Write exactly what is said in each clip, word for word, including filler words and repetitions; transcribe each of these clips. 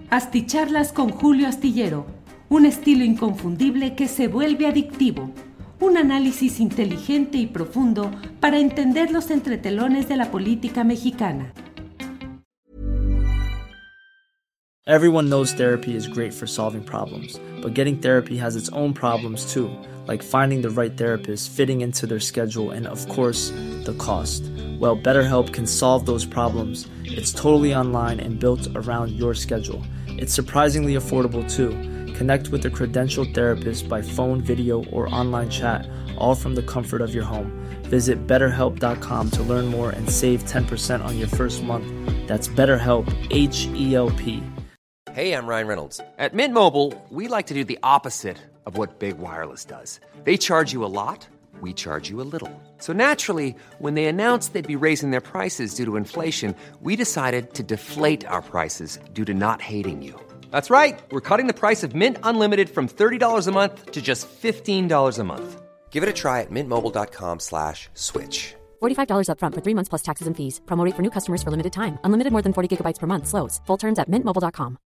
Asticharlas con Julio Astillero, un estilo inconfundible que se vuelve adictivo. Un análisis inteligente y profundo para entender los entretelones de la política mexicana. Everyone knows therapy is great for solving problems, but getting therapy has its own problems too, like finding the right therapist, fitting into their schedule, and of course, the cost. Well, BetterHelp can solve those problems. It's totally online and built around your schedule. It's surprisingly affordable too. Connect with a credentialed therapist by phone, video, or online chat, all from the comfort of your home. Visit better help dot com to learn more and save ten percent on your first month. That's BetterHelp, H E L P. Hey, I'm Ryan Reynolds. At Mint Mobile, we like to do the opposite of what Big Wireless does. They charge you a lot, we charge you a little. So naturally, when they announced they'd be raising their prices due to inflation, we decided to deflate our prices due to not hating you. That's right. We're cutting the price of Mint Unlimited from thirty dollars a month to just fifteen dollars a month. Give it a try at mintmobile.com slash switch. forty-five dollars up front for three months plus taxes and fees. Promo rate for new customers for limited time. Unlimited more than forty gigabytes per month. Slows full terms at mint mobile dot com.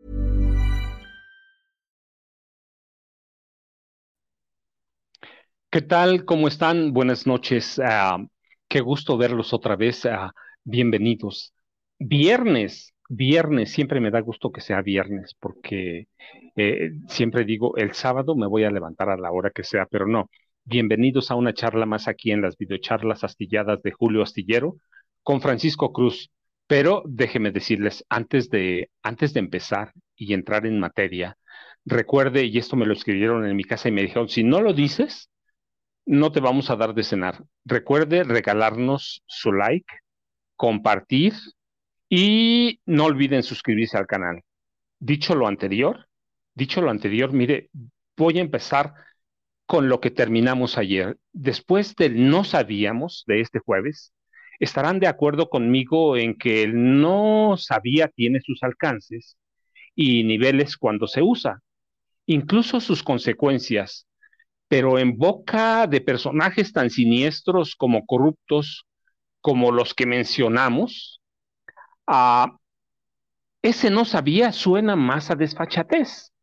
¿Qué tal? ¿Cómo están? Buenas noches. Uh, qué gusto verlos otra vez. Uh, bienvenidos. Viernes, viernes, siempre me da gusto que sea viernes porque eh, siempre digo el sábado me voy a levantar a la hora que sea, pero no. Bienvenidos a una charla más aquí en las videocharlas astilladas de Julio Astillero con Francisco Cruz. Pero déjenme decirles, antes de, antes de empezar y entrar en materia, recuerde, y esto me lo escribieron en mi casa y me dijeron, si no lo dices, no te vamos a dar de cenar. Recuerde regalarnos su like, compartir y no olviden suscribirse al canal. Dicho lo anterior, dicho lo anterior, mire, voy a empezar con lo que terminamos ayer. Después del no sabíamos de este jueves, estarán de acuerdo conmigo en que el no sabía tiene sus alcances y niveles cuando se usa, incluso sus consecuencias. Pero en boca de personajes tan siniestros como corruptos como los que mencionamos, uh, ese no sabía suena más a desfachatez.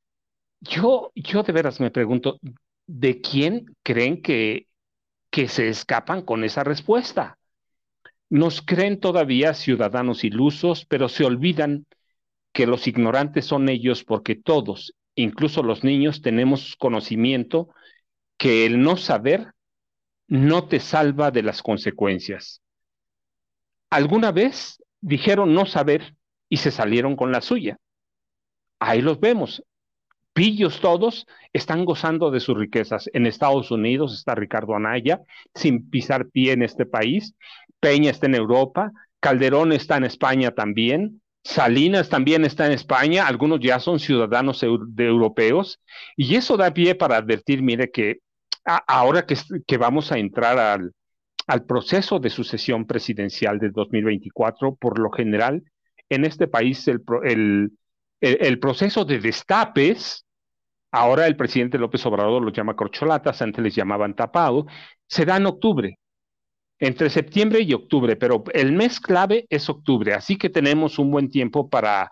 Yo, yo de veras me pregunto, ¿de quién creen que, que se escapan con esa respuesta? Nos creen todavía ciudadanos ilusos, pero se olvidan que los ignorantes son ellos porque todos, incluso los niños, tenemos conocimiento que el no saber no te salva de las consecuencias. ¿Alguna vez dijeron no saber y se salieron con la suya? Ahí los vemos. Pillos todos están gozando de sus riquezas. En Estados Unidos está Ricardo Anaya, sin pisar pie en este país. Peña está en Europa. Calderón está en España también. Salinas también está en España. Algunos ya son ciudadanos eu- de europeos. Y eso da pie para advertir, mire, que ahora que, que vamos a entrar al, al proceso de sucesión presidencial de dos mil veinticuatro, por lo general, en este país el, el, el, el proceso de destapes, ahora el presidente López Obrador los llama corcholatas, antes les llamaban tapado, se da en octubre, entre septiembre y octubre, pero el mes clave es octubre, así que tenemos un buen tiempo para...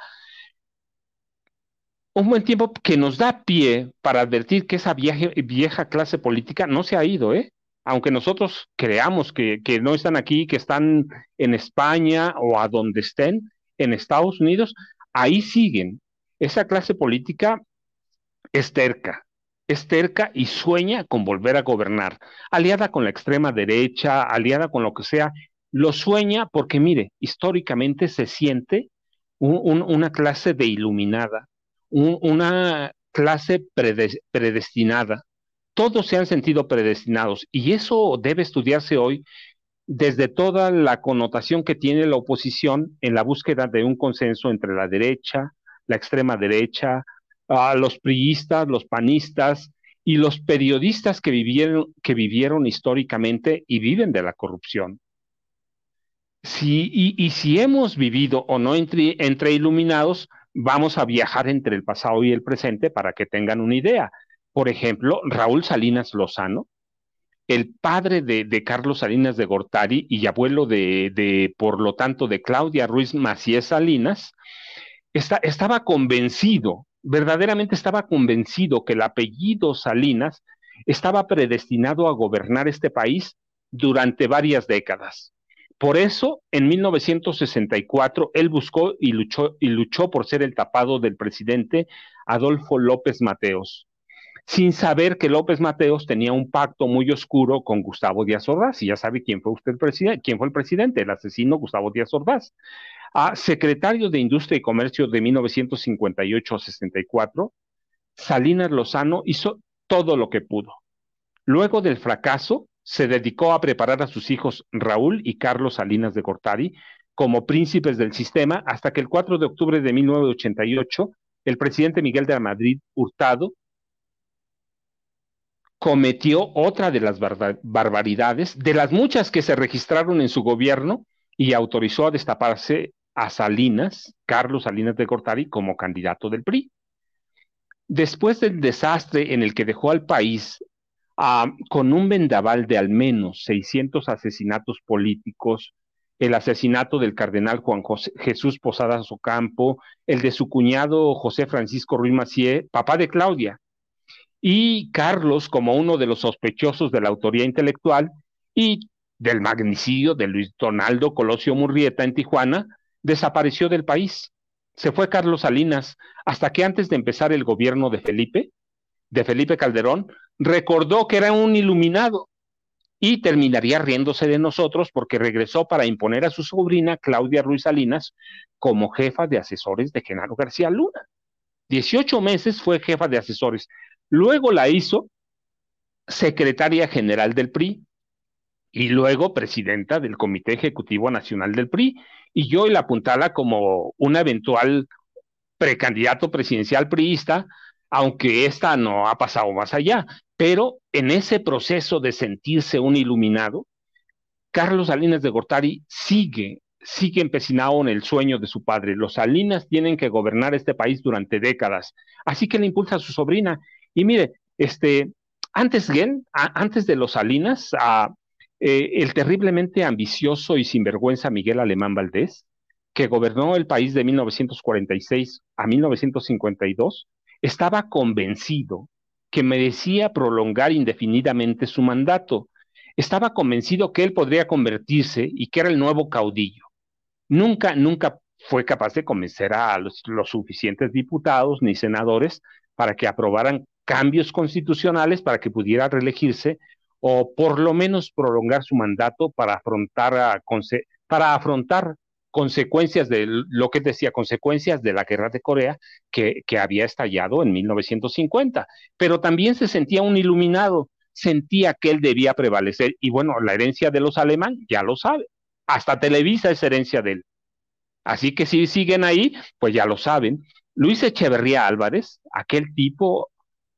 Un buen tiempo que nos da pie para advertir que esa vieja, vieja clase política no se ha ido, ¿eh? Aunque nosotros creamos que, que no están aquí, que están en España o a donde estén, en Estados Unidos, ahí siguen. Esa clase política es terca, es terca y sueña con volver a gobernar. Aliada con la extrema derecha, aliada con lo que sea, lo sueña porque, mire, históricamente se siente un, un, una clase de iluminada, Un, una clase predes, predestinada. Todos se han sentido predestinados y eso debe estudiarse hoy desde toda la connotación que tiene la oposición en la búsqueda de un consenso entre la derecha, la extrema derecha, uh, los priistas, los panistas y los periodistas que vivieron, que vivieron históricamente y viven de la corrupción. Si, y, y si hemos vivido o no entre, entre iluminados, vamos a viajar entre el pasado y el presente para que tengan una idea. Por ejemplo, Raúl Salinas Lozano, el padre de, de Carlos Salinas de Gortari y abuelo de, de, por lo tanto, de Claudia Ruiz Macié Salinas, está, estaba convencido, verdaderamente estaba convencido que el apellido Salinas estaba predestinado a gobernar este país durante varias décadas. Por eso, en mil novecientos sesenta y cuatro, él buscó y luchó, y luchó por ser el tapado del presidente Adolfo López Mateos, sin saber que López Mateos tenía un pacto muy oscuro con Gustavo Díaz Ordaz, y ya sabe quién fue usted el presidente, quién fue el presidente, el asesino Gustavo Díaz Ordaz. A secretario de Industria y Comercio de mil novecientos cincuenta y ocho a sesenta y cuatro, Salinas Lozano hizo todo lo que pudo. Luego del fracaso, se dedicó a preparar a sus hijos Raúl y Carlos Salinas de Gortari como príncipes del sistema, hasta que el cuatro de octubre de mil novecientos ochenta y ocho, el presidente Miguel de la Madrid Hurtado cometió otra de las barba barbaridades, de las muchas que se registraron en su gobierno, y autorizó a destaparse a Salinas, Carlos Salinas de Gortari, como candidato del P R I. Después del desastre en el que dejó al país uh, con un vendaval de al menos seiscientos asesinatos políticos, el asesinato del cardenal Juan José, Jesús Posadas Ocampo, el de su cuñado José Francisco Ruiz Massieu, papá de Claudia, y Carlos como uno de los sospechosos de la autoría intelectual y del magnicidio de Luis Donaldo Colosio Murrieta en Tijuana, desapareció del país. Se fue Carlos Salinas, hasta que antes de empezar el gobierno de Felipe, de Felipe Calderón, recordó que era un iluminado y terminaría riéndose de nosotros porque regresó para imponer a su sobrina Claudia Ruiz Salinas como jefa de asesores de Genaro García Luna. dieciocho meses fue jefa de asesores. Luego la hizo secretaria general del P R I y luego presidenta del Comité Ejecutivo Nacional del P R I, y yo la apuntala como un eventual precandidato presidencial priista, aunque esta no ha pasado más allá. Pero en ese proceso de sentirse un iluminado, Carlos Salinas de Gortari sigue, sigue empecinado en el sueño de su padre. Los Salinas tienen que gobernar este país durante décadas, así que le impulsa a su sobrina. Y mire, este, antes de él, a, antes de los Salinas, a, eh, el terriblemente ambicioso y sinvergüenza Miguel Alemán Valdés, que gobernó el país de mil novecientos cuarenta y seis a mil novecientos cincuenta y dos, estaba convencido que merecía prolongar indefinidamente su mandato. Estaba convencido que él podría convertirse y que era el nuevo caudillo. Nunca, nunca fue capaz de convencer a los, los suficientes diputados ni senadores para que aprobaran cambios constitucionales para que pudiera reelegirse, o por lo menos prolongar su mandato para afrontar, a, para afrontar consecuencias de lo que decía, consecuencias de la guerra de Corea que, que había estallado en mil novecientos cincuenta. Pero también se sentía un iluminado, sentía que él debía prevalecer, y bueno, la herencia de los Alemán ya lo sabe, hasta Televisa es herencia de él. Así que si siguen ahí, pues ya lo saben. Luis Echeverría Álvarez, aquel tipo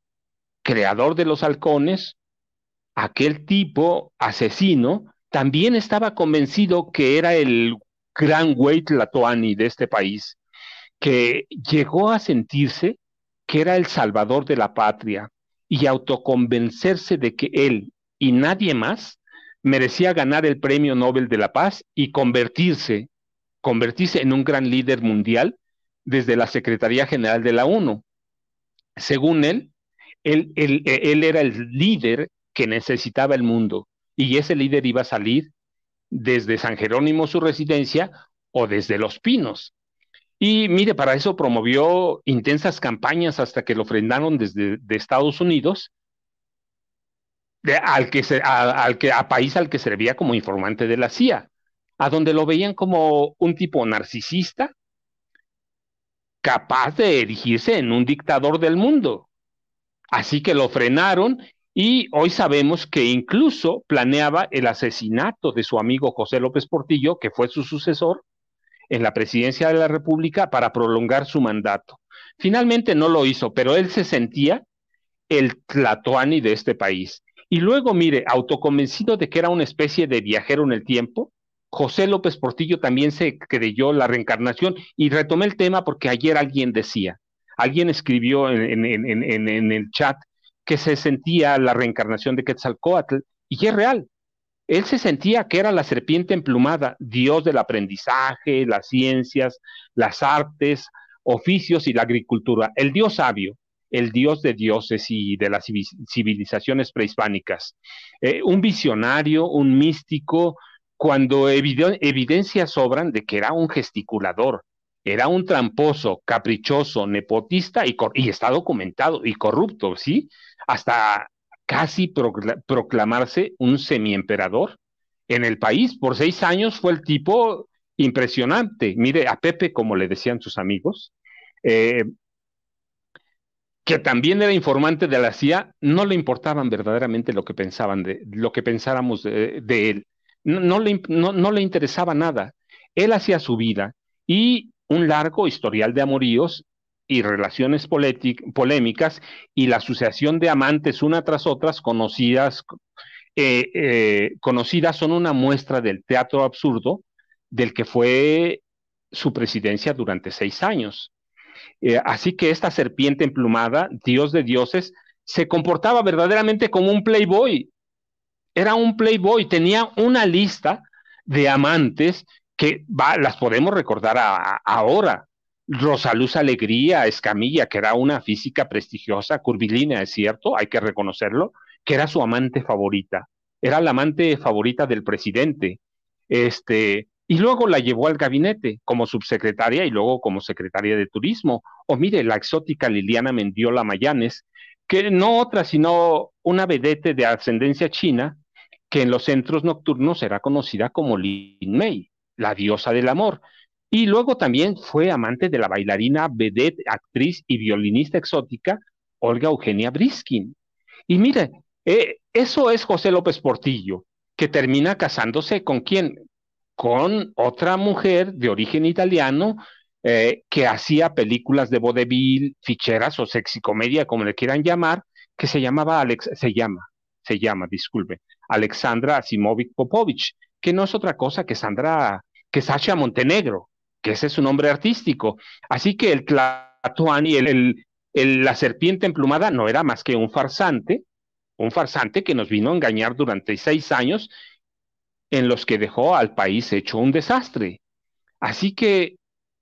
creador de los halcones, aquel tipo asesino, también estaba convencido que era el gran güey tlatoani de este país, que llegó a sentirse que era el salvador de la patria y autoconvencerse de que él y nadie más merecía ganar el Premio Nobel de la Paz y convertirse, convertirse en un gran líder mundial desde la Secretaría General de la ONU. Según él, él, él, él era el líder que necesitaba el mundo, y ese líder iba a salir desde San Jerónimo, su residencia, o desde Los Pinos. Y mire, para eso promovió intensas campañas hasta que lo frenaron desde de Estados Unidos, de, al, que se, a, al que, a país al que servía como informante de la C I A, a donde lo veían como un tipo narcisista, capaz de erigirse en un dictador del mundo. Así que lo frenaron, y hoy sabemos que incluso planeaba el asesinato de su amigo José López Portillo, que fue su sucesor en la presidencia de la República, para prolongar su mandato. Finalmente no lo hizo, pero él se sentía el tlatoani de este país. Y luego, mire, autoconvencido de que era una especie de viajero en el tiempo, José López Portillo también se creyó la reencarnación. Y retomé el tema porque ayer alguien decía, alguien escribió en, en, en, en, en el chat que se sentía la reencarnación de Quetzalcóatl, y es real. Él se sentía que era la serpiente emplumada, dios del aprendizaje, las ciencias, las artes, oficios y la agricultura. El dios sabio, el dios de dioses y de las civilizaciones prehispánicas. Eh, un visionario, un místico, cuando eviden evidencias sobran de que era un gesticulador, era un tramposo, caprichoso, nepotista y, y está documentado y corrupto, ¿sí? Hasta casi procl proclamarse un semiemperador en el país. Por seis años fue el tipo impresionante. Mire, a Pepe, como le decían sus amigos, eh, que también era informante de la C I A, no le importaban verdaderamente lo que pensaban de, lo que pensáramos de, de él. No, no, le, no, no le interesaba nada. Él hacía su vida y un largo historial de amoríos y relaciones polémicas y la asociación de amantes una tras otras conocidas, eh, eh, conocidas son una muestra del teatro absurdo del que fue su presidencia durante seis años. Eh, así que esta serpiente emplumada, dios de dioses, se comportaba verdaderamente como un playboy. Era un playboy, tenía una lista de amantes que va, las podemos recordar a, a, ahora. Rosaluz Alegría, Escamilla, que era una física prestigiosa, curvilínea, es cierto, hay que reconocerlo, que era su amante favorita. Era la amante favorita del presidente. Este, y luego la llevó al gabinete como subsecretaria y luego como secretaria de turismo. O mire, la exótica Liliana Mendiola Mayanes, que no otra sino una vedette de ascendencia china, que en los centros nocturnos era conocida como Lin Mei, la diosa del amor. Y luego también fue amante de la bailarina, vedette, actriz y violinista exótica Olga Eugenia Briskin. Y mire, eh, eso es José López Portillo, que termina casándose con quién, con otra mujer de origen italiano eh, que hacía películas de vodevil, ficheras o sexicomedia, como le quieran llamar, que se llamaba Alex, se llama, se llama, disculpe, Alexandra Asimovic Popovich, que no es otra cosa que Sandra, que Sasha Montenegro, que ese es su nombre artístico. Así que el Tlatoani, el, el, el, la serpiente emplumada no era más que un farsante, un farsante que nos vino a engañar durante seis años en los que dejó al país hecho un desastre. Así que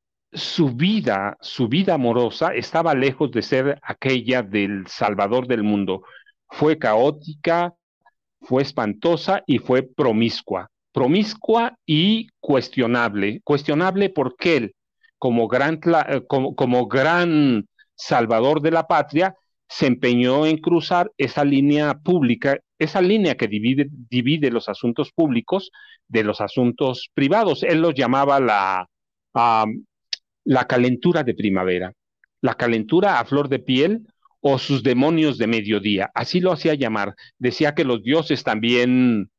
su vida, su vida amorosa estaba lejos de ser aquella del salvador del mundo. Fue caótica, fue espantosa y fue promiscua. Promiscua y cuestionable. Cuestionable porque él, como gran, como, como gran salvador de la patria, se empeñó en cruzar esa línea pública, esa línea que divide, divide los asuntos públicos de los asuntos privados. Él los llamaba la, um, la calentura de primavera, la calentura a flor de piel o sus demonios de mediodía, así lo hacía llamar. Decía que los dioses también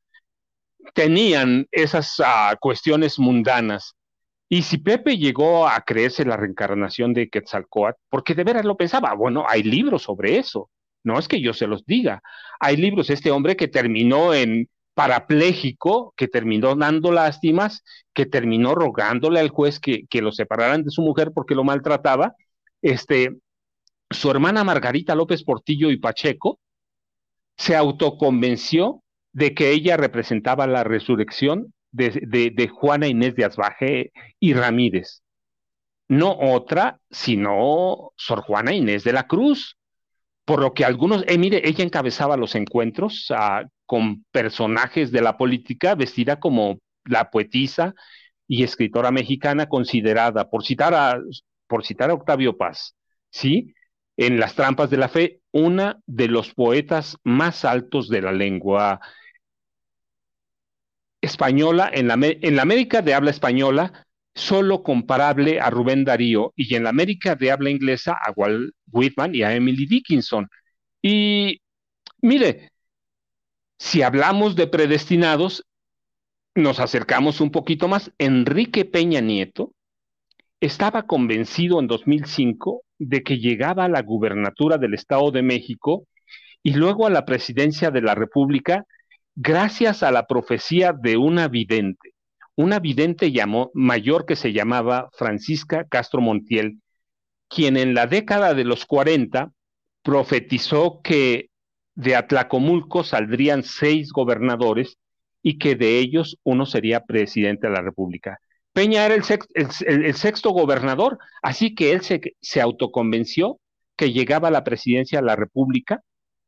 tenían esas uh, cuestiones mundanas. Y si Pepe llegó a creerse la reencarnación de Quetzalcóatl, porque de veras lo pensaba, bueno, hay libros sobre eso, no es que yo se los diga, hay libros, este hombre que terminó en parapléjico, que terminó dando lástimas, que terminó rogándole al juez que, que lo separaran de su mujer porque lo maltrataba, este, su hermana Margarita López Portillo y Pacheco se autoconvenció de que ella representaba la resurrección de, de, de Juana Inés de Asbaje y Ramírez, no otra, sino Sor Juana Inés de la Cruz, por lo que algunos, eh, mire, ella encabezaba los encuentros uh, con personajes de la política, vestida como la poetisa y escritora mexicana considerada, por citar a, por citar a Octavio Paz, ¿sí?, en Las trampas de la fe, una de los poetas más altos de la lengua española, en la, en la América de habla española, solo comparable a Rubén Darío, y en la América de habla inglesa a Walt Whitman y a Emily Dickinson. Y mire, si hablamos de predestinados, nos acercamos un poquito más. Enrique Peña Nieto estaba convencido en dos mil cinco de que llegaba a la gubernatura del Estado de México y luego a la presidencia de la República gracias a la profecía de una vidente, una vidente llamó, mayor que se llamaba Francisca Castro Montiel, quien en la década de los cuarenta profetizó que de Atlacomulco saldrían seis gobernadores y que de ellos uno sería presidente de la República. Peña era el, sex, el, el, el sexto gobernador, así que él se, se autoconvenció que llegaba a la presidencia de la República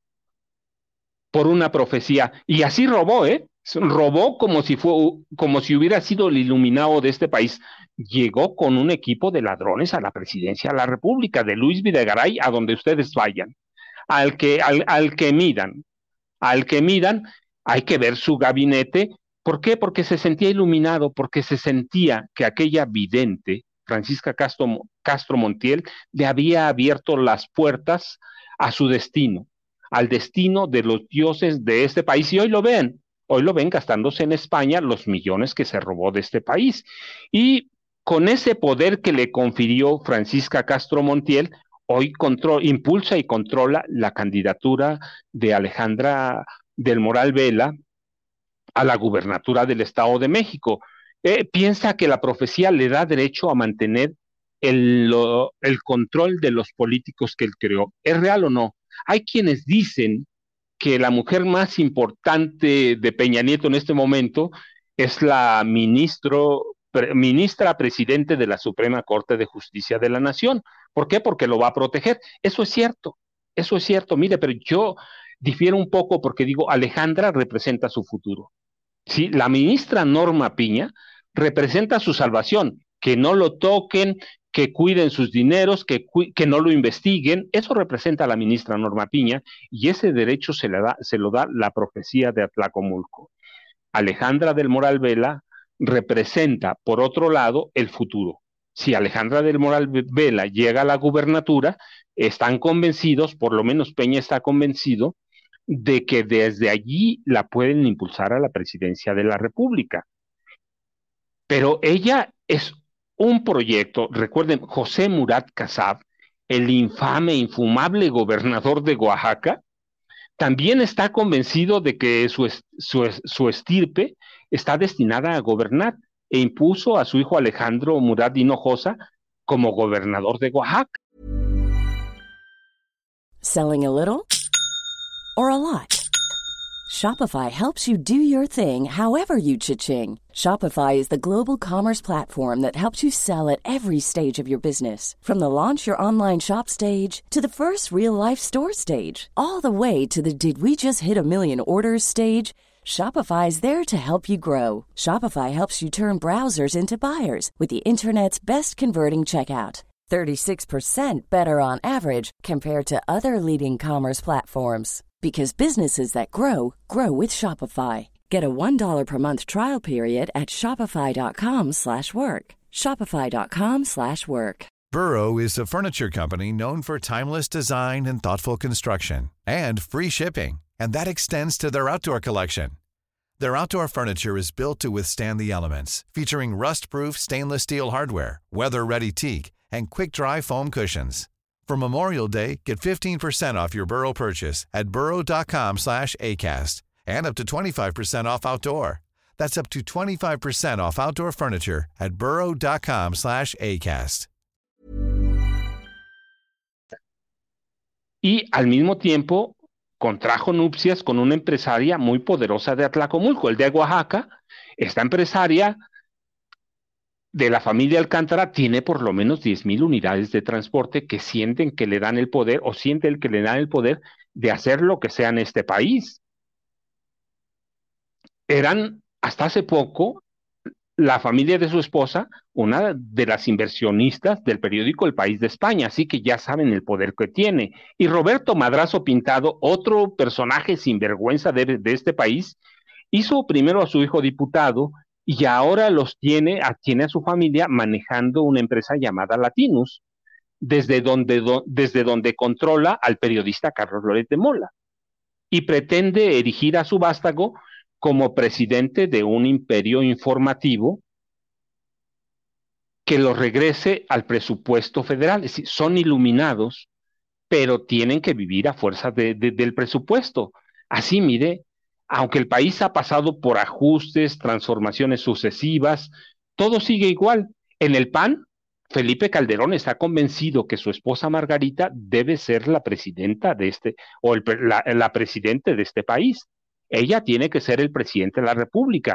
por una profecía, y así robó, ¿eh? Robó como si, fue, como si hubiera sido el iluminado de este país. Llegó con un equipo de ladrones a la presidencia de la República, de Luis Videgaray, a donde ustedes vayan, al que, al, al que midan, al que midan, hay que ver su gabinete. ¿Por qué? Porque se sentía iluminado, porque se sentía que aquella vidente, Francisca Castro, Castro Montiel, le había abierto las puertas a su destino, al destino de los dioses de este país, y hoy lo ven, hoy lo ven gastándose en España los millones que se robó de este país. Y con ese poder que le confirió Francisca Castro Montiel, hoy control, impulsa y controla la candidatura de Alejandra del Moral Vela a la gubernatura del Estado de México. Eh, piensa que la profecía le da derecho a mantener el, lo, el control de los políticos que él creó. ¿Es real o no? Hay quienes dicen que la mujer más importante de Peña Nieto en este momento es la ministro, pre, ministra presidente de la Suprema Corte de Justicia de la Nación. ¿Por qué? Porque lo va a proteger. Eso es cierto, eso es cierto. Mire, pero yo difiero un poco porque digo, Alejandra representa su futuro. ¿Sí? La ministra Norma Piña representa su salvación, que no lo toquen, que cuiden sus dineros, que, que no lo investiguen. Eso representa a la ministra Norma Piña, y ese derecho se, le da, se lo da la profecía de Atlacomulco. Alejandra del Moral Vela representa, por otro lado, el futuro. Si Alejandra del Moral Vela llega a la gubernatura, están convencidos, por lo menos Peña está convencido, de que desde allí la pueden impulsar a la presidencia de la República. Pero ella es un proyecto, recuerden, José Murat Kassab, el infame, infumable gobernador de Oaxaca, también está convencido de que su, su, su estirpe está destinada a gobernar, e impuso a su hijo Alejandro Murat Hinojosa como gobernador de Oaxaca. Selling a little or a lot? Shopify helps you do your thing however you cha-ching. Shopify is the global commerce platform that helps you sell at every stage of your business. From the launch your online shop stage to the first real-life store stage, all the way to the did we just hit a million orders stage. Shopify is there to help you grow. Shopify helps you turn browsers into buyers with the internet's best converting checkout. thirty-six percent better on average compared to other leading commerce platforms. Because businesses that grow, grow with Shopify. Get a one dollar per month trial period at shopify.com slash work. Shopify.com slash work. Burrow is a furniture company known for timeless design and thoughtful construction, and free shipping, and that extends to their outdoor collection. Their outdoor furniture is built to withstand the elements, featuring rust-proof stainless steel hardware, weather-ready teak, and quick-dry foam cushions. For Memorial Day, get fifteen percent off your Burrow purchase at burrow.com slash ACAST and up to twenty-five percent off outdoor. That's up to twenty-five percent off outdoor furniture at burrow.com slash ACAST. Y al mismo tiempo contrajo nupcias con una empresaria muy poderosa de Atlacomulco, el de Oaxaca. Esta empresaria de la familia Alcántara tiene por lo menos diez mil unidades de transporte que sienten que le dan el poder, o sienten que le dan el poder de hacer lo que sea en este país. Eran, hasta hace poco, la familia de su esposa, una de las inversionistas del periódico El País de España, así que ya saben el poder que tiene. Y Roberto Madrazo Pintado, otro personaje sinvergüenza de, de este país, hizo primero a su hijo diputado, y ahora los tiene, tiene a su familia manejando una empresa llamada Latinus, desde donde, do, desde donde controla al periodista Carlos Loret de Mola, y pretende erigir a su vástago como presidente de un imperio informativo que lo regrese al presupuesto federal. Es decir, son iluminados, pero tienen que vivir a fuerza de, de, del presupuesto. Así, mire, aunque el país ha pasado por ajustes, transformaciones sucesivas, todo sigue igual. En el P A N, Felipe Calderón está convencido que su esposa Margarita debe ser la presidenta de este, o el, la, la presidente de este país. Ella tiene que ser el presidente de la República.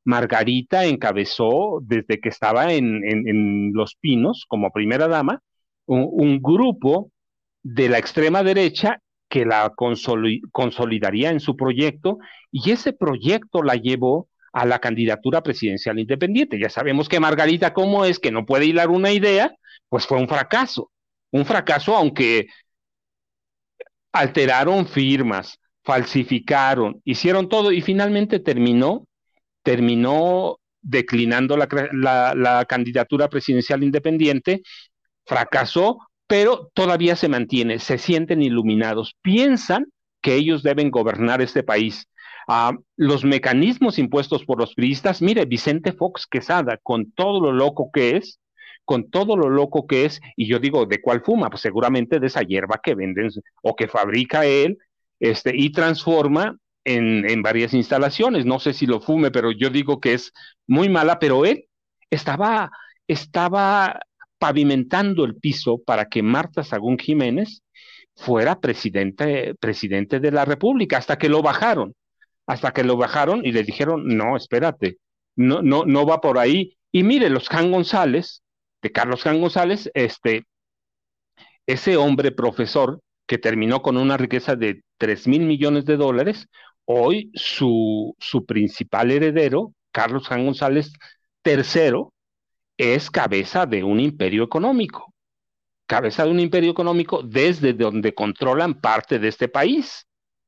Margarita encabezó desde que estaba en, en, en Los Pinos como primera dama un, un grupo de la extrema derecha que la consoli- consolidaría en su proyecto, y ese proyecto la llevó a la candidatura presidencial independiente. Ya sabemos que Margarita, ¿cómo es que no puede hilar una idea? Pues fue un fracaso, un fracaso, aunque alteraron firmas, falsificaron, hicieron todo y finalmente terminó, terminó declinando la, la, la candidatura presidencial independiente, fracasó, pero todavía se mantiene, se sienten iluminados, piensan que ellos deben gobernar este país. Uh, los mecanismos impuestos por los priistas, mire, Vicente Fox Quesada, con todo lo loco que es, con todo lo loco que es, y yo digo, ¿de cuál fuma? Pues seguramente de esa hierba que venden o que fabrica él, este, y transforma en, en varias instalaciones. No sé si lo fume, pero yo digo que es muy mala, pero él estaba, estaba pavimentando el piso para que Marta Sagún Jiménez fuera presidente, presidente de la República, hasta que lo bajaron, hasta que lo bajaron y le dijeron, no, espérate, no, no, no va por ahí. Y mire, los Jan González, de Carlos Jan González, este, ese hombre profesor que terminó con una riqueza de tres mil millones de dólares, hoy su, su principal heredero, Carlos Jan González tercero, es cabeza de un imperio económico, cabeza de un imperio económico desde donde controlan parte de este país.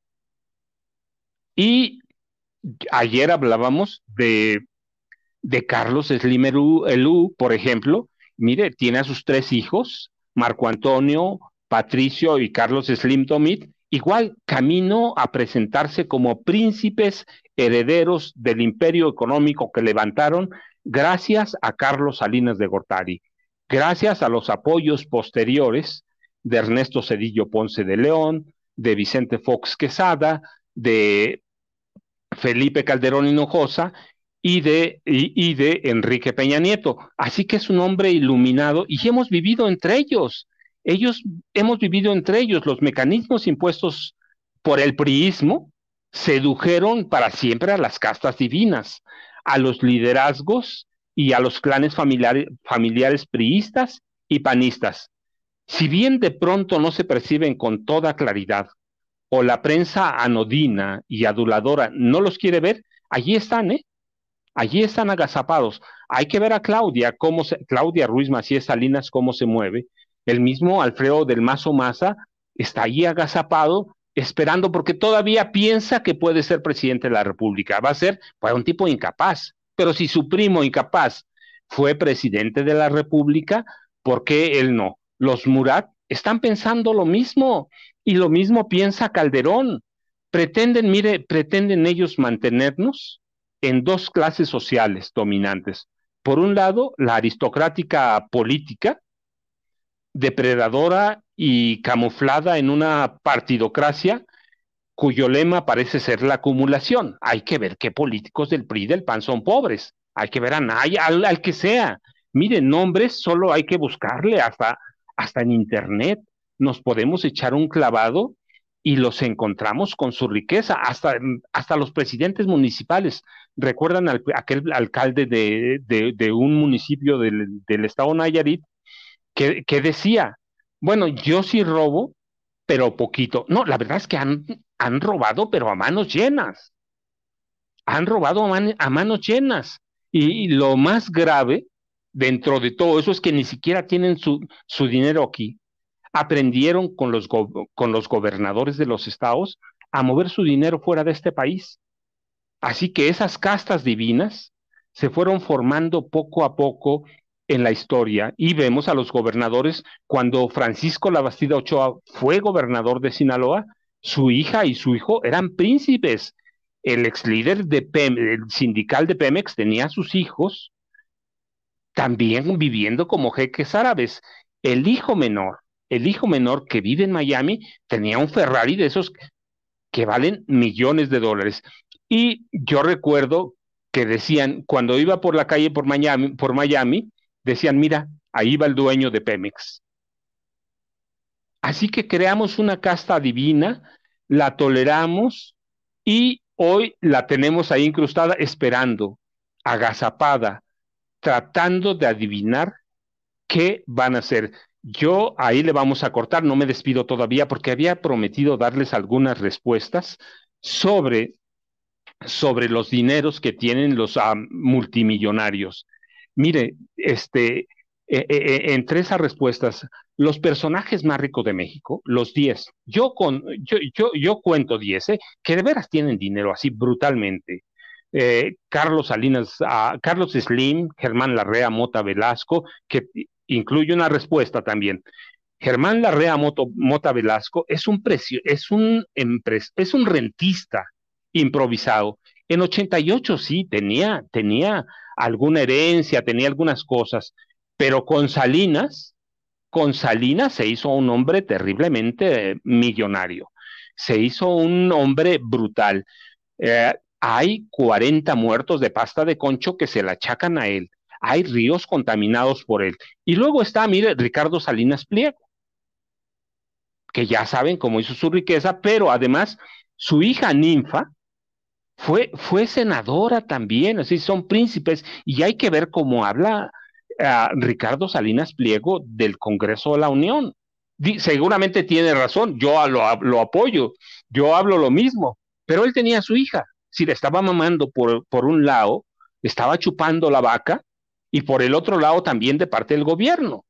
Y ayer hablábamos de, de Carlos Slim Elú, por ejemplo. Mire, tiene a sus tres hijos, Marco Antonio, Patricio y Carlos Slim Tomit, igual camino a presentarse como príncipes herederos del imperio económico que levantaron gracias a Carlos Salinas de Gortari, gracias a los apoyos posteriores de Ernesto Zedillo Ponce de León, de Vicente Fox Quesada, de Felipe Calderón Hinojosa y de, y, y de Enrique Peña Nieto. Así que es un hombre iluminado y hemos vivido entre ellos. Ellos hemos vivido entre ellos. Los mecanismos impuestos por el priismo sedujeron para siempre a las castas divinas, a los liderazgos y a los clanes familiares, familiares priistas y panistas. Si bien de pronto no se perciben con toda claridad, o la prensa anodina y aduladora no los quiere ver, allí están, ¿eh? Allí están agazapados. Hay que ver a Claudia, cómo se, Claudia Ruiz Macías Salinas, cómo se mueve. El mismo Alfredo del Mazo Maza está allí agazapado, esperando, porque todavía piensa que puede ser presidente de la República. Va a ser, pues, un tipo incapaz. Pero si su primo incapaz fue presidente de la República, ¿por qué él no? Los Murat están pensando lo mismo, y lo mismo piensa Calderón. Pretenden, mire, pretenden ellos mantenernos en dos clases sociales dominantes. Por un lado, la aristocrática política, depredadora y camuflada en una partidocracia cuyo lema parece ser la acumulación. Hay que ver qué políticos del P R I y del P A N son pobres. Hay que ver a nadie, al, al que sea. Miren, nombres solo hay que buscarle hasta, hasta en internet. Nos podemos echar un clavado y los encontramos con su riqueza, hasta, hasta los presidentes municipales. ¿Recuerdan al, aquel alcalde de, de, de un municipio del, del estado Nayarit que, que decía, bueno, yo sí robo, pero poquito? No, la verdad es que han, han robado, pero a manos llenas. Han robado a, man, a manos llenas. Y, y lo más grave dentro de todo eso es que ni siquiera tienen su, su dinero aquí. Aprendieron con los, go con los gobernadores de los estados a mover su dinero fuera de este país. Así que esas castas divinas se fueron formando poco a poco en la historia, y vemos a los gobernadores. Cuando Francisco Labastida Ochoa fue gobernador de Sinaloa, su hija y su hijo eran príncipes. El ex líder de Pem el sindical de Pemex tenía a sus hijos también viviendo como jeques árabes. El hijo menor, el hijo menor que vive en Miami, tenía un Ferrari de esos que valen millones de dólares. Y yo recuerdo que decían, cuando iba por la calle por Miami, por Miami, decían, mira, ahí va el dueño de Pemex. Así que creamos una casta divina, la toleramos y hoy la tenemos ahí incrustada esperando, agazapada, tratando de adivinar qué van a hacer. Yo ahí le vamos a cortar, no me despido todavía porque había prometido darles algunas respuestas sobre, sobre los dineros que tienen los um, multimillonarios. Mire, este, eh, eh, entre esas respuestas, los personajes más ricos de México, los diez, yo, con, yo, yo, yo cuento diez, ¿eh? Que de veras tienen dinero así brutalmente. Eh, Carlos Salinas, uh, Carlos Slim, Germán Larrea, Mota Velasco, que incluye una respuesta también. Germán Larrea Moto, Mota Velasco es un, precio, es, un empres, es un rentista improvisado. En ochenta y ocho sí, tenía, tenía alguna herencia, tenía algunas cosas, pero con Salinas, con Salinas se hizo un hombre terriblemente eh, millonario, se hizo un hombre brutal. Eh, hay cuarenta muertos de pasta de concho que se la achacan a él, hay ríos contaminados por él. Y luego está, mire, Ricardo Salinas Pliego, que ya saben cómo hizo su riqueza, pero además su hija Ninfa fue, fue senadora también, así son príncipes, y hay que ver cómo habla uh, Ricardo Salinas Pliego del Congreso de la Unión. Di, seguramente tiene razón, yo lo, lo apoyo, yo hablo lo mismo, pero él tenía a su hija, si le estaba mamando por, por un lado, estaba chupando la vaca, y por el otro lado también de parte del gobierno.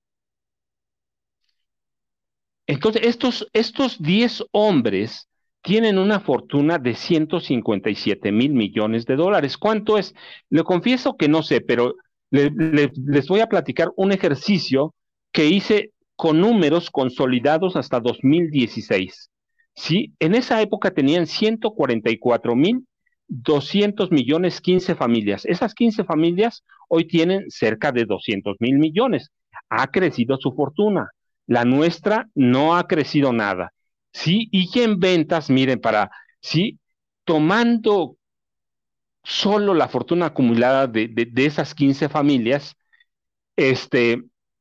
Entonces, estos, estos diez hombres tienen una fortuna de ciento cincuenta y siete mil millones de dólares. ¿Cuánto es? Le confieso que no sé, pero le, le, les voy a platicar un ejercicio que hice con números consolidados hasta dos mil dieciséis. ¿Sí? En esa época tenían ciento cuarenta y cuatro mil doscientos millones, quince familias. Esas quince familias hoy tienen cerca de doscientos mil millones. Ha crecido su fortuna. La nuestra no ha crecido nada. Sí, y en ventas, miren, para, sí, tomando solo la fortuna acumulada de, de, de esas quince familias, este,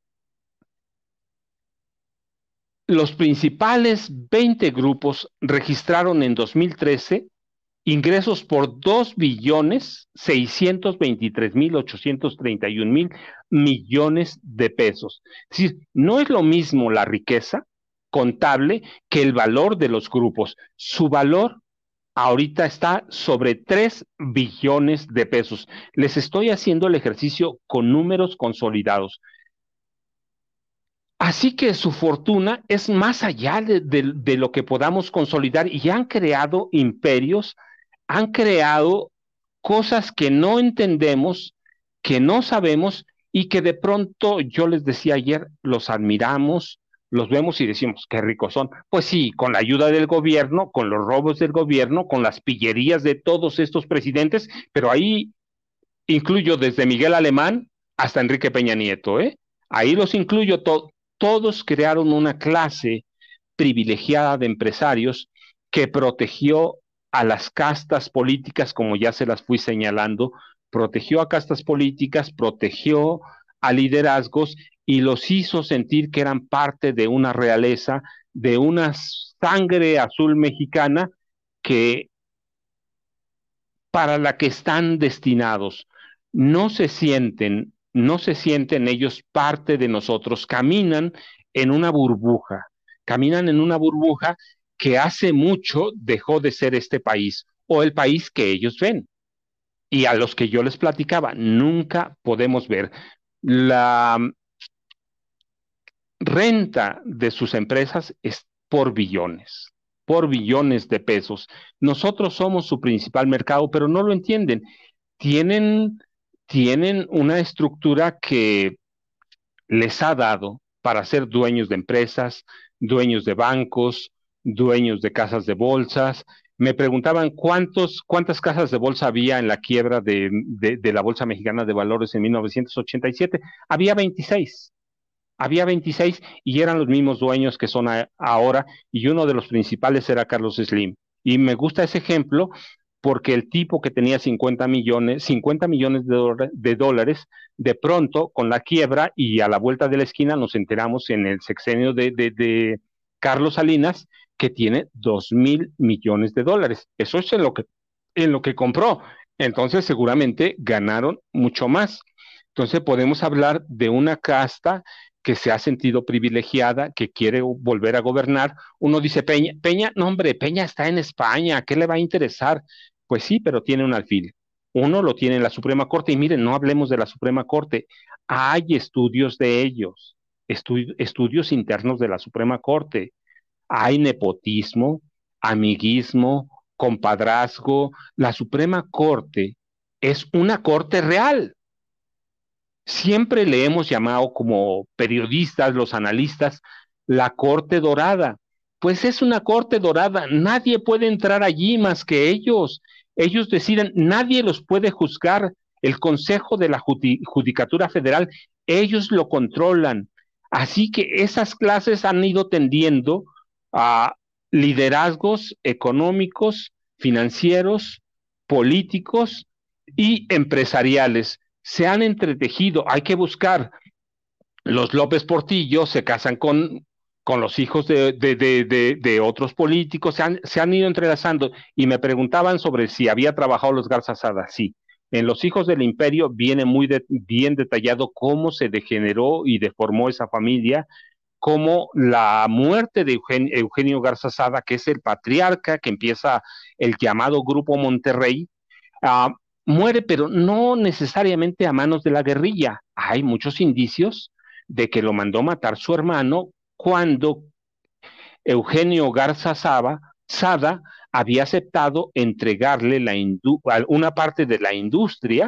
los principales veinte grupos registraron en dos mil trece ingresos por dos billones seiscientos veintitrés mil ochocientos treinta y un mil millones de pesos. Es decir, no es lo mismo la riqueza contable que el valor de los grupos. Su valor ahorita está sobre tres billones de pesos. Les estoy haciendo el ejercicio con números consolidados. Así que su fortuna es más allá de, de, de lo que podamos consolidar y han creado imperios, han creado cosas que no entendemos, que no sabemos y que de pronto, yo les decía ayer, los admiramos, los vemos y decimos, qué ricos son. Pues sí, con la ayuda del gobierno, con los robos del gobierno, con las pillerías de todos estos presidentes, pero ahí incluyo desde Miguel Alemán hasta Enrique Peña Nieto, ¿eh? Ahí los incluyo todos. Todos crearon una clase privilegiada de empresarios que protegió a las castas políticas, como ya se las fui señalando, protegió a castas políticas, protegió a liderazgos y los hizo sentir que eran parte de una realeza, de una sangre azul mexicana que para la que están destinados. No se sienten no se sienten ellos parte de nosotros, caminan en una burbuja, caminan en una burbuja que hace mucho dejó de ser este país o el país que ellos ven. Y a los que yo les platicaba, nunca podemos ver la renta de sus empresas es por billones, por billones de pesos. Nosotros somos su principal mercado, pero no lo entienden. Tienen tienen una estructura que les ha dado para ser dueños de empresas, dueños de bancos, dueños de casas de bolsas. Me preguntaban cuántos, cuántas casas de bolsa había en la quiebra de, de, de la Bolsa Mexicana de Valores en mil novecientos ochenta y siete. Había veintiséis. Había veintiséis y eran los mismos dueños que son a, ahora, y uno de los principales era Carlos Slim. Y me gusta ese ejemplo porque el tipo que tenía cincuenta millones, cincuenta millones de, do- de dólares, de pronto, con la quiebra y a la vuelta de la esquina, nos enteramos en el sexenio de, de, de Carlos Salinas, que tiene dos mil millones de dólares. Eso es en lo que, en lo que compró. Entonces seguramente ganaron mucho más. Entonces podemos hablar de una casta que se ha sentido privilegiada, que quiere volver a gobernar. Uno dice, Peña, Peña, no hombre, Peña está en España, ¿qué le va a interesar? Pues sí, pero tiene un alfil. Uno lo tiene en la Suprema Corte, y miren, no hablemos de la Suprema Corte, hay estudios de ellos, estu- estudios internos de la Suprema Corte, hay nepotismo, amiguismo, compadrazgo. La Suprema Corte es una corte real. Siempre le hemos llamado, como periodistas, los analistas, la corte dorada. Pues es una corte dorada, nadie puede entrar allí más que ellos. Ellos deciden, nadie los puede juzgar. El Consejo de la Judi- Judicatura Federal, ellos lo controlan. Así que esas clases han ido tendiendo a liderazgos económicos, financieros, políticos y empresariales. Se han entretejido. Hay que buscar. Los López Portillo se casan con, con los hijos de, de, de, de, de otros políticos, se han, se han ido entrelazando, y me preguntaban sobre si había trabajado los Garza Sada. Sí, en Los Hijos del Imperio viene muy de, bien detallado cómo se degeneró y deformó esa familia, cómo la muerte de Eugenio, Eugenio Garza Sada, que es el patriarca que empieza el llamado Grupo Monterrey, uh, muere, pero no necesariamente a manos de la guerrilla. Hay muchos indicios de que lo mandó matar su hermano cuando Eugenio Garza Saba, Sada había aceptado entregarle la una parte de la industria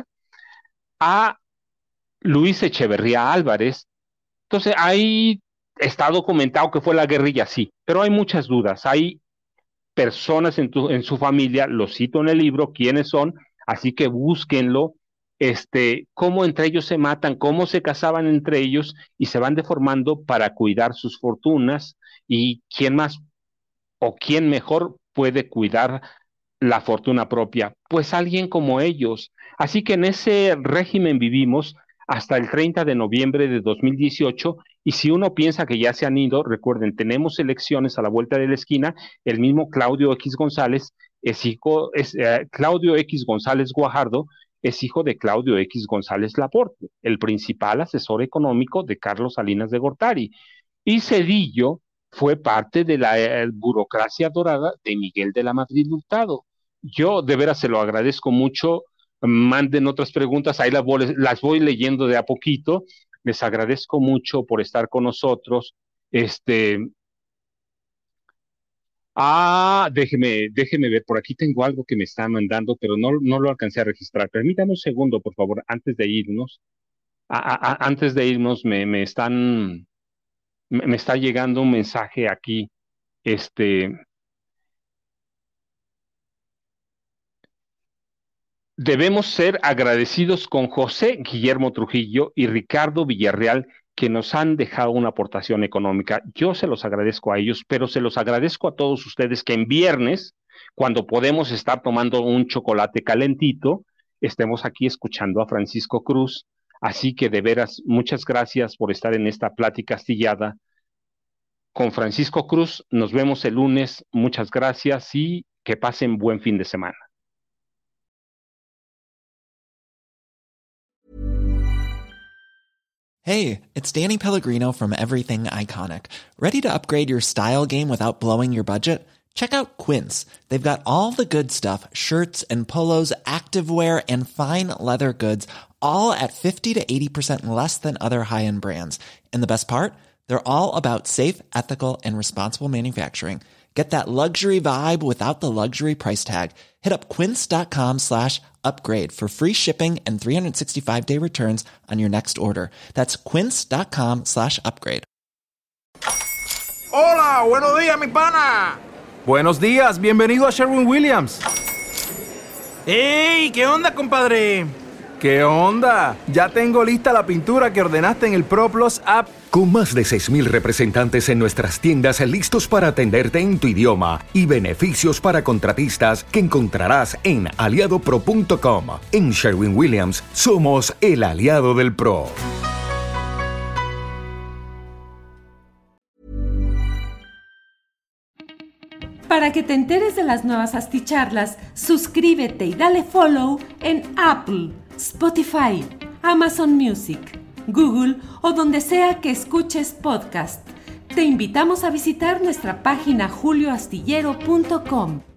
a Luis Echeverría Álvarez. Entonces, ahí está documentado que fue la guerrilla, sí, pero hay muchas dudas. Hay personas en, tu, en su familia, lo cito en el libro, quiénes son, así que búsquenlo, este, cómo entre ellos se matan, cómo se casaban entre ellos y se van deformando para cuidar sus fortunas, y quién más o quién mejor puede cuidar la fortuna propia, pues alguien como ellos. Así que en ese régimen vivimos hasta el treinta de noviembre de dos mil dieciocho, y si uno piensa que ya se han ido, recuerden, tenemos elecciones a la vuelta de la esquina. El mismo Claudio X González es hijo, es, eh, Claudio X González Guajardo es hijo de Claudio X González Laporte, el principal asesor económico de Carlos Salinas de Gortari, y Cedillo fue parte de la eh, burocracia dorada de Miguel de la Madrid Hurtado. Yo de veras se lo agradezco mucho. Manden otras preguntas, ahí las voy, las voy leyendo de a poquito. Les agradezco mucho por estar con nosotros. Este, ah, déjeme, déjeme ver, por aquí tengo algo que me está mandando, pero no, no lo alcancé a registrar. Permítame un segundo, por favor, antes de irnos. A, a, antes de irnos, me, me están, me, me está llegando un mensaje aquí. Este, debemos ser agradecidos con José Guillermo Trujillo y Ricardo Villarreal, que nos han dejado una aportación económica. Yo se los agradezco a ellos, pero se los agradezco a todos ustedes que en viernes, cuando podemos estar tomando un chocolate calentito, estemos aquí escuchando a Francisco Cruz. Así que de veras, muchas gracias por estar en esta plática astillada con Francisco Cruz. Nos vemos el lunes. Muchas gracias y que pasen buen fin de semana. Hey, it's Danny Pellegrino from Everything Iconic. Ready to upgrade your style game without blowing your budget? Check out Quince. They've got all the good stuff, shirts and polos, activewear, and fine leather goods, all at fifty to eighty percent less than other high-end brands. And the best part? They're all about safe, ethical, and responsible manufacturing. Get that luxury vibe without the luxury price tag. Hit up quince.com slash upgrade for free shipping and three sixty-five day returns on your next order. That's quince.com slash upgrade. Hola, buenos días, mi pana. Buenos días, bienvenido a Sherwin-Williams. ¡Ey! ¿Qué onda, compadre? ¿Qué onda? Ya tengo lista la pintura que ordenaste en el ProPlus app. Con más de seis mil representantes en nuestras tiendas listos para atenderte en tu idioma y beneficios para contratistas que encontrarás en aliado pro punto com. En Sherwin-Williams somos el aliado del pro. Para que te enteres de las nuevas asticharlas, suscríbete y dale follow en Apple, Spotify, Amazon Music, Google o donde sea que escuches podcast. Te invitamos a visitar nuestra página julio astillero punto com.